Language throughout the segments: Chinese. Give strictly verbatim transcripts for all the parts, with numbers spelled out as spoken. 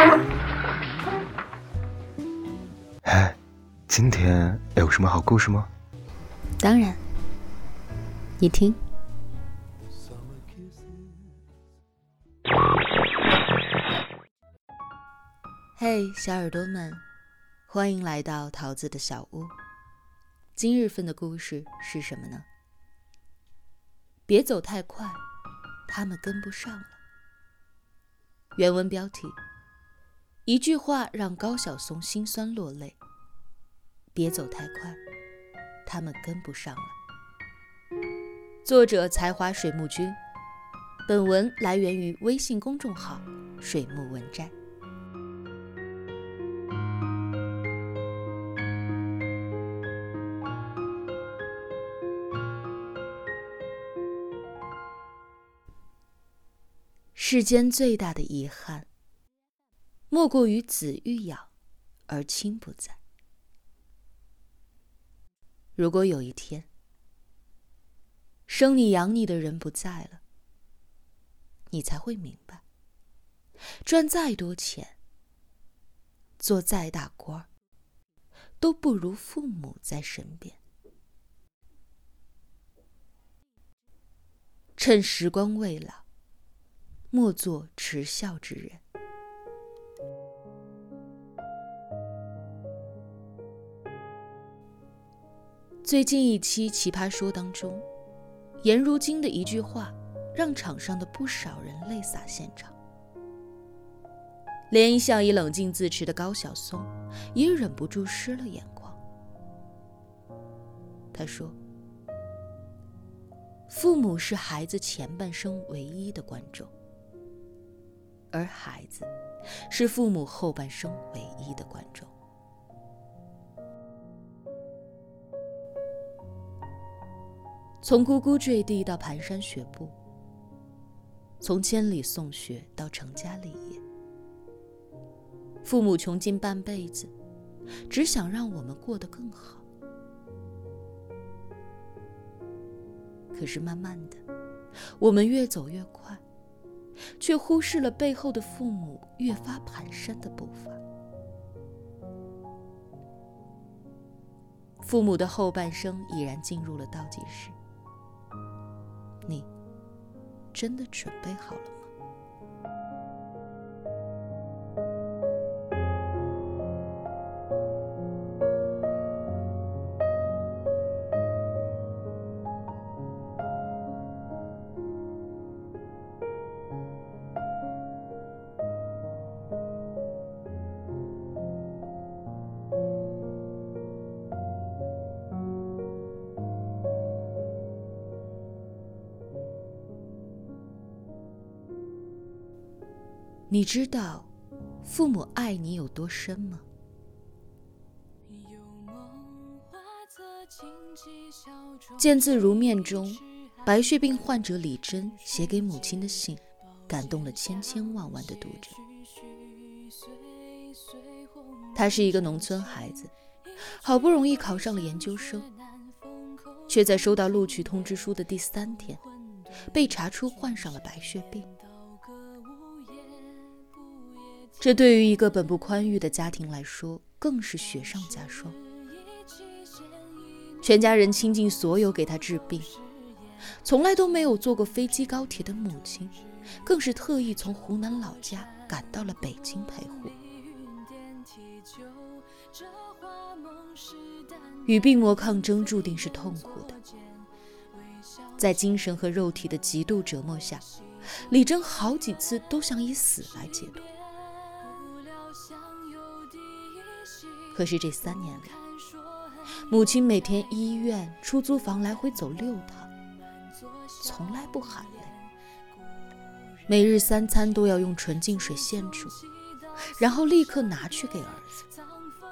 哎，今天有什么好故事吗？ 当然，你听。嘿，小耳朵们，欢迎来到桃子的小屋。今日份的故事是什么呢？别走太快，他们跟不上了。原文标题：一句话让高晓松心酸落泪。别走太快，他们跟不上了。作者：才华水木君。本文来源于微信公众号水木文摘。世间最大的遗憾，莫过于子欲养而亲不在。如果有一天，生你养你的人不在了，你才会明白，赚再多钱，做再大官，都不如父母在身边。趁时光未老，莫做迟笑之人。最近一期《奇葩说》当中，颜如晶的一句话让场上的不少人泪洒现场，连一向以冷静自持的高晓松也忍不住湿了眼眶。他说，父母是孩子前半生唯一的观众，而孩子是父母后半生唯一的观众。从呱呱坠地到蹒跚学步，从千里送雪到成家立业，父母穷尽半辈子，只想让我们过得更好。可是慢慢的，我们越走越快，却忽视了背后的父母越发蹒跚的步伐。父母的后半生已然进入了倒计时，你真的准备好了吗？你知道父母爱你有多深吗？见字如面中，白血病患者李珍写给母亲的信，感动了千千万万的读者。他是一个农村孩子，好不容易考上了研究生，却在收到录取通知书的第三天，被查出患上了白血病。这对于一个本不宽裕的家庭来说，更是雪上加霜。全家人倾尽所有给他治病，从来都没有坐过飞机高铁的母亲，更是特意从湖南老家赶到了北京陪护。与病魔抗争注定是痛苦的，在精神和肉体的极度折磨下，李珍好几次都想以死来解脱。可是这三年来，母亲每天医院、出租房来回走六趟，从来不喊累。每日三餐都要用纯净水现煮，然后立刻拿去给儿子。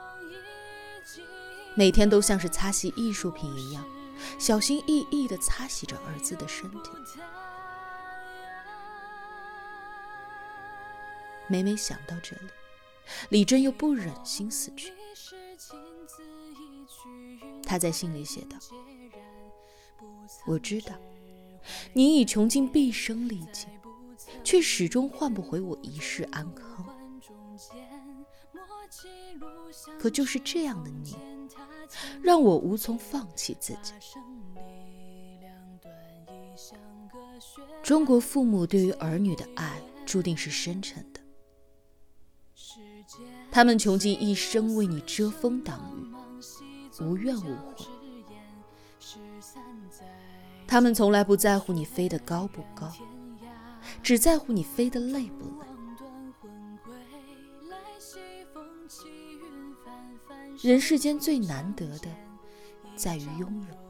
每天都像是擦洗艺术品一样，小心翼翼地擦洗着儿子的身体。每每想到这里，李珍又不忍心死去。他在信里写道，我知道你已穷尽毕生力气，却始终换不回我一世安康。 可就是这样的你，让我无从放弃自己。中国父母对于儿女的爱注定是深沉的，他们穷尽一生为你遮风挡雨，无怨无悔。他们从来不在乎你飞得高不高，只在乎你飞得累不累。人世间最难得的在于拥有。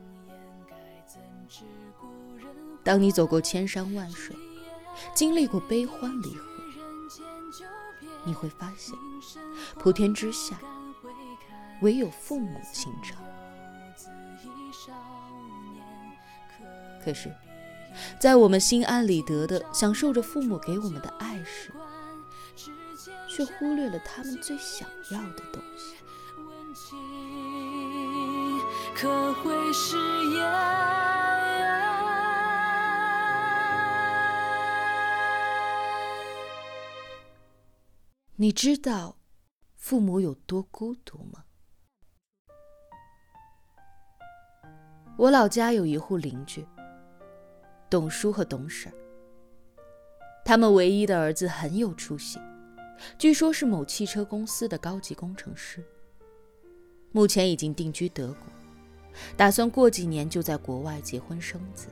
当你走过千山万水，经历过悲欢离合，你会发现普天之下唯有父母情长。可是在我们心安理得地享受着父母给我们的爱时，却忽略了他们最想要的东西。可会是你知道父母有多孤独吗？我老家有一户邻居，董叔和董婶，他们唯一的儿子很有出息，据说是某汽车公司的高级工程师，目前已经定居德国，打算过几年就在国外结婚生子。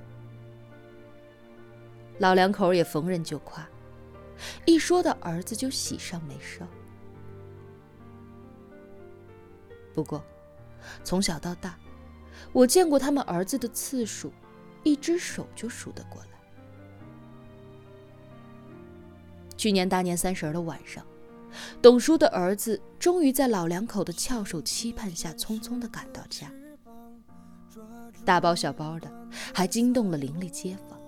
老两口也逢人就夸，一说到儿子就喜上眉梢。不过从小到大，我见过他们儿子的次数，一只手就数得过来。去年大年三十的晚上，董叔的儿子终于在老两口的翘首期盼下匆匆地赶到家，大包小包的，还惊动了邻里街坊。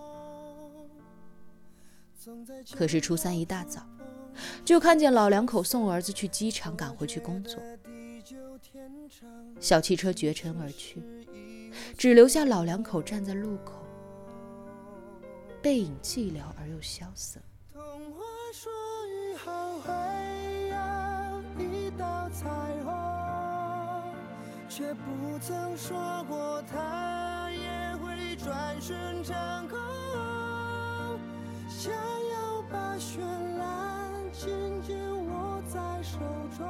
可是初三一大早，就看见老两口送儿子去机场，赶回去工作。小汽车绝尘而去，只留下老两口站在路口，背影寂寥而又萧瑟。童话说以后会有一道彩虹，却不曾说过它也会转瞬成空。想要把绚烂紧紧握在手中，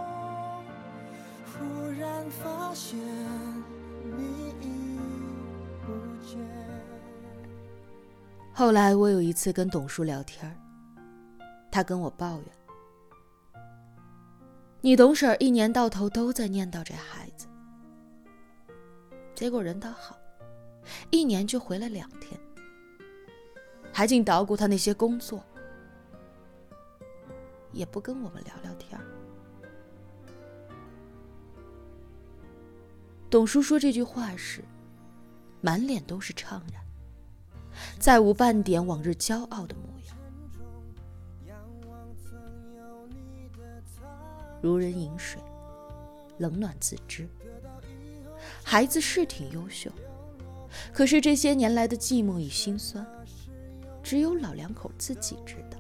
忽然发现你已不见。后来我有一次跟董叔聊天，他跟我抱怨，你董婶一年到头都在念叨这孩子，结果人倒好，一年就回来两天，还净捣鼓他那些工作，也不跟我们聊聊天。董叔说这句话时，满脸都是怅然，再无半点往日骄傲的模样。如人饮水，冷暖自知。孩子是挺优秀，可是这些年来的寂寞与心酸，只有老两口自己知道。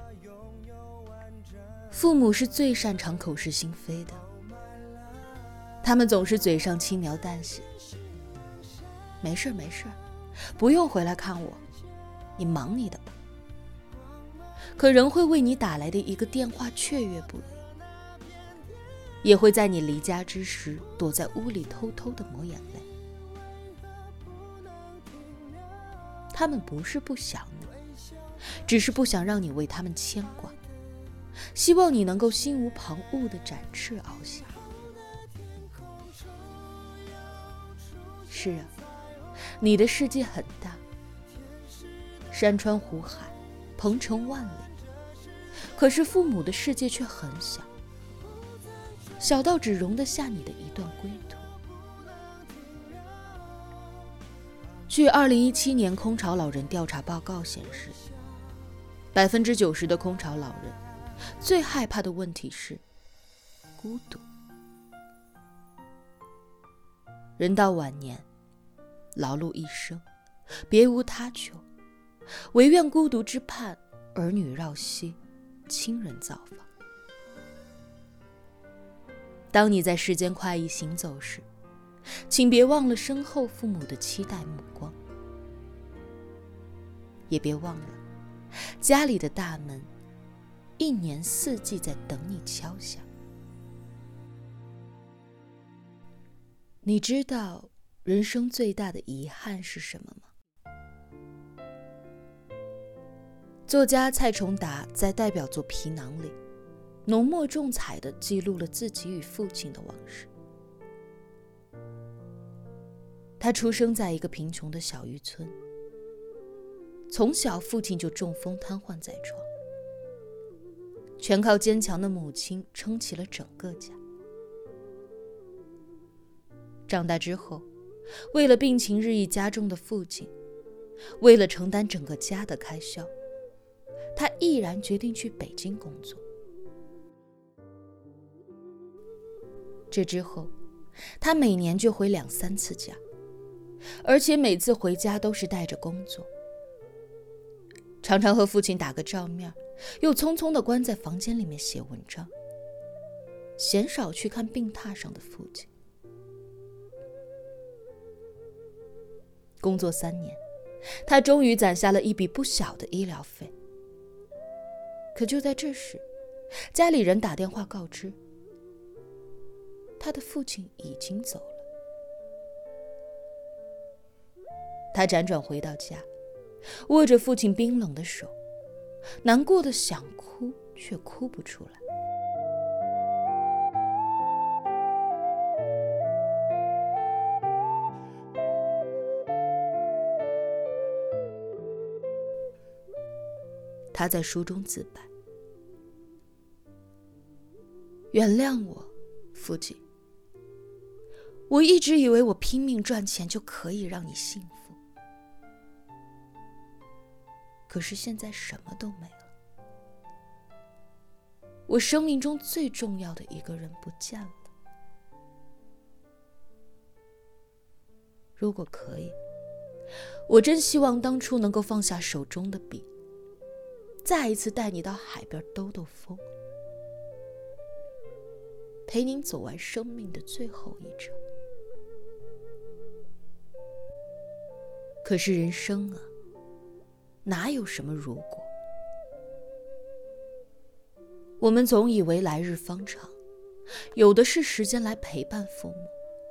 父母是最擅长口是心非的，他们总是嘴上轻描淡写，没事没事，不用回来看我，你忙你的吧。可仍会为你打来的一个电话雀跃不已，也会在你离家之时躲在屋里偷偷的抹眼泪。他们不是不想你，只是不想让你为他们牵挂，希望你能够心无旁骛地展翅翱翔。是啊，你的世界很大，山川湖海，鹏程万里，可是父母的世界却很小，小到只容得下你的一段归途。据二零一七年空巢老人调查报告显示，百分之九十的空巢老人最害怕的问题是孤独。人到晚年，劳碌一生，别无他求，唯愿孤独之畔，儿女绕膝，亲人造访。 当你在世间快意行走时，请别忘了身后父母的期待目光，也别忘了家里的大门一年四季在等你敲响。你知道人生最大的遗憾是什么吗？作家蔡崇达在代表作《皮囊》里浓墨重彩地记录了自己与父亲的往事。他出生在一个贫穷的小渔村，从小父亲就中风瘫痪在床，全靠坚强的母亲撑起了整个家。长大之后，为了病情日益加重的父亲，为了承担整个家的开销，他毅然决定去北京工作。这之后，他每年就回两三次家，而且每次回家都是带着工作，常常和父亲打个照面，又匆匆地关在房间里面写文章，鲜少去看病榻上的父亲。工作三年，他终于攒下了一笔不小的医疗费。可就在这时，家里人打电话告知，他的父亲已经走了。他辗转回到家，握着父亲冰冷的手，难过的想哭，却哭不出来。他在书中自白：原谅我，父亲，我一直以为我拼命赚钱就可以让你幸福，可是现在什么都没了，我生命中最重要的一个人不见了。如果可以，我真希望当初能够放下手中的笔，再一次带你到海边兜兜风，陪您走完生命的最后一程。可是人生啊，哪有什么如果？我们总以为来日方长，有的是时间来陪伴父母，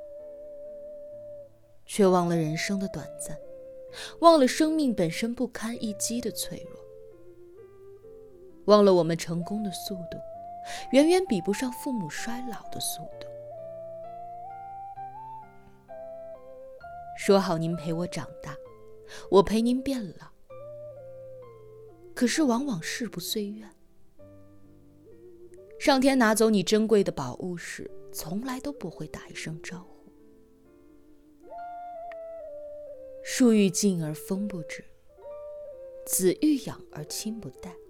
却忘了人生的短暂，忘了生命本身不堪一击的脆弱，忘了我们成功的速度远远比不上父母衰老的速度。说好您陪我长大，我陪您变老，可是往往事不遂愿。上天拿走你珍贵的宝物时，从来都不会打一声招呼。树欲静而风不止，子欲养而亲不待。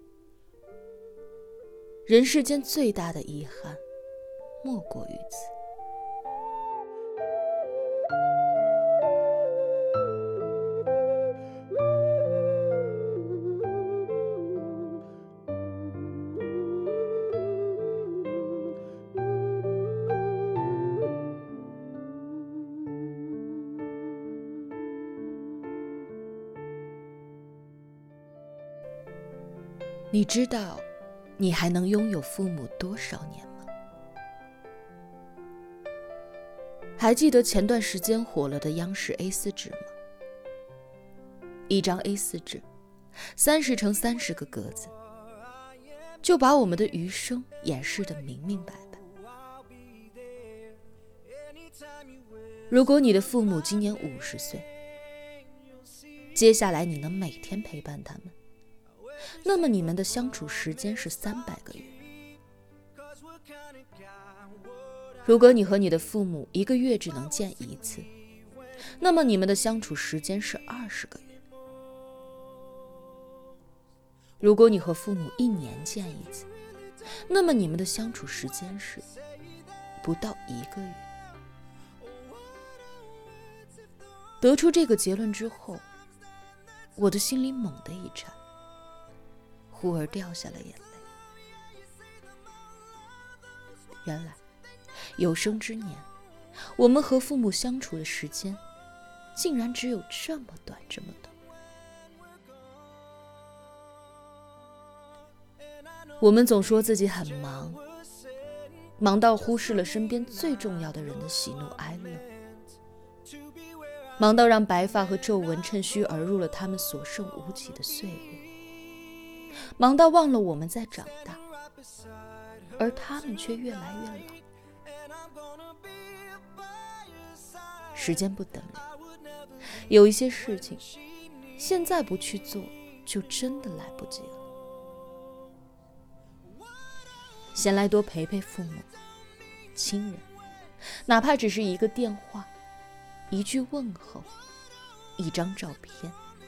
人世间最大的遗憾，莫过于此。你知道你还能拥有父母多少年吗？还记得前段时间火了的央视 A 四 纸吗？一张 A 四 纸，三十乘三十个格子，就把我们的余生掩饰得明明白白。如果你的父母今年五十岁，接下来你能每天陪伴他们，那么你们的相处时间是三百个月。如果你和你的父母一个月只能见一次，那么你们的相处时间是二十个月。如果你和父母一年见一次，那么你们的相处时间是不到一个月。得出这个结论之后，我的心里猛地一颤，忽而掉下了眼泪。原来有生之年，我们和父母相处的时间竟然只有这么短这么短。我们总说自己很忙，忙到忽视了身边最重要的人的喜怒哀乐，忙到让白发和皱纹趁虚而入了他们所剩无几的岁月，忙到忘了我们在长大，而他们却越来越老。时间不等人，有一些事情现在不去做，就真的来不及了。先来多陪陪父母、亲人，哪怕只是一个电话、一句问候、一张照片。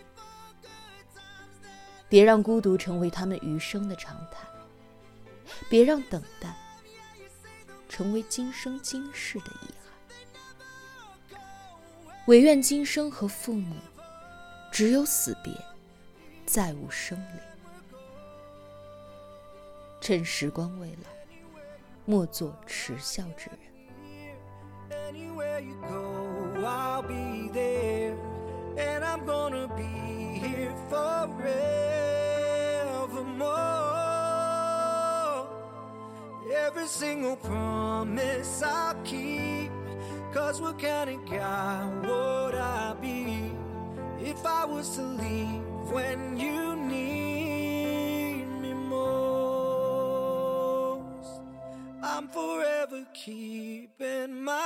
别让孤独成为他们余生的常态，别让等待成为今生今世的遗憾。唯愿今生和父母只有死别，再无生离。趁时光未老，莫做迟笑之人。 Anywhere you go, I'll be there, and I'm gonna be here forevermore. Every single promise I'll keep, 'cause what kind of guy would I be if I was to leave when you need me most? I'm forever keeping my